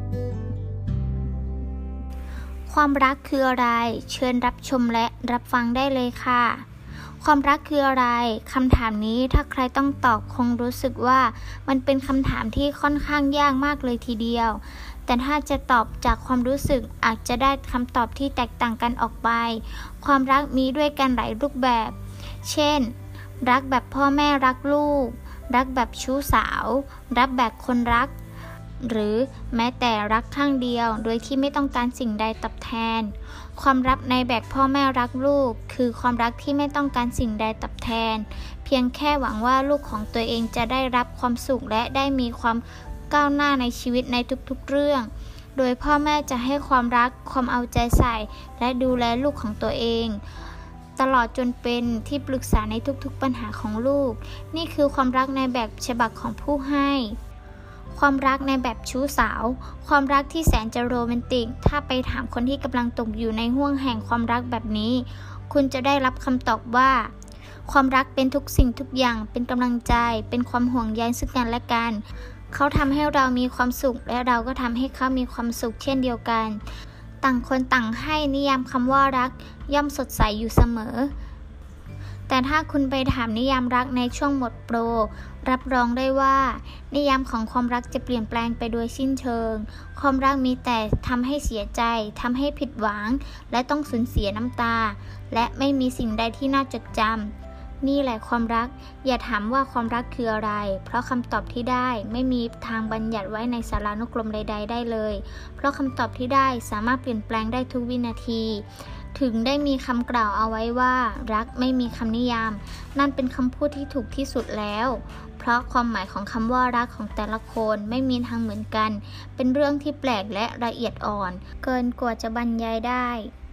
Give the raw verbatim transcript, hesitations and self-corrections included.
ความรักคืออะไรเชิญรับชมและรับฟังได้เลยค่ะความรักคืออะไรคำถามนี้ถ้าใครต้องตอบคงรู้สึกว่ามันเป็นคำถามที่ค่อนข้างยากมากเลยทีเดียวแต่ถ้าจะตอบจากความรู้สึกอาจจะได้คำตอบที่แตกต่างกันออกไปความรักมีด้วยกันหลายรูปแบบเช่นรักแบบพ่อแม่รักลูกรักแบบชู้สาวรักแบบคนรักหรือแม้แต่รักข้างเดียวโดยที่ไม่ต้องการสิ่งใดตอบแทนความรักในแบบพ่อแม่รักลูกคือความรักที่ไม่ต้องการสิ่งใดตอบแทนเพียงแค่หวังว่าลูกของตัวเองจะได้รับความสุขและได้มีความก้าวหน้าในชีวิตในทุกๆเรื่องโดยพ่อแม่จะให้ความรักความเอาใจใส่และดูแลลูกของตัวเองตลอดจนเป็นที่ปรึกษาในทุกๆปัญหาของลูกนี่คือความรักในแบบฉบับของผู้ให้ความรักในแบบชู้สาวความรักที่แสนจะโรแมนติกถ้าไปถามคนที่กำลังตกอยู่ในห้วงแห่งความรักแบบนี้คุณจะได้รับคำตอบว่าความรักเป็นทุกสิ่งทุกอย่างเป็นกำลังใจเป็นความห่วงใยซึ่งกันและกันเขาทำให้เรามีความสุขและเราก็ทำให้เขามีความสุขเช่นเดียวกันต่างคนต่างให้นิยามคำว่ารักย่อมสดใสอยู่เสมอแต่ถ้าคุณไปถามนิยามรักในช่วงหมดโปรรับรองได้ว่านิยามของความรักจะเปลี่ยนแปลงไปโดยสิ้นเชิงความรักมีแต่ทำให้เสียใจทำให้ผิดหวังและต้องสูญเสียน้ำตาและไม่มีสิ่งใดที่น่าจดจำนี่แหละความรักอย่าถามว่าความรักคืออะไรเพราะคำตอบที่ได้ไม่มีทางบัญญัติไว้ในสารานุกรมใดๆได้เลยเพราะคำตอบที่ได้สามารถเปลี่ยนแปลงได้ทุกวินาทีถึงได้มีคำกล่าวเอาไว้ว่ารักไม่มีคำนิยามนั่นเป็นคำพูดที่ถูกที่สุดแล้วเพราะความหมายของคำว่ารักของแต่ละคนไม่มีทางเหมือนกันเป็นเรื่องที่แปลกและละเอียดอ่อนเกินกว่าจะบรรยายได้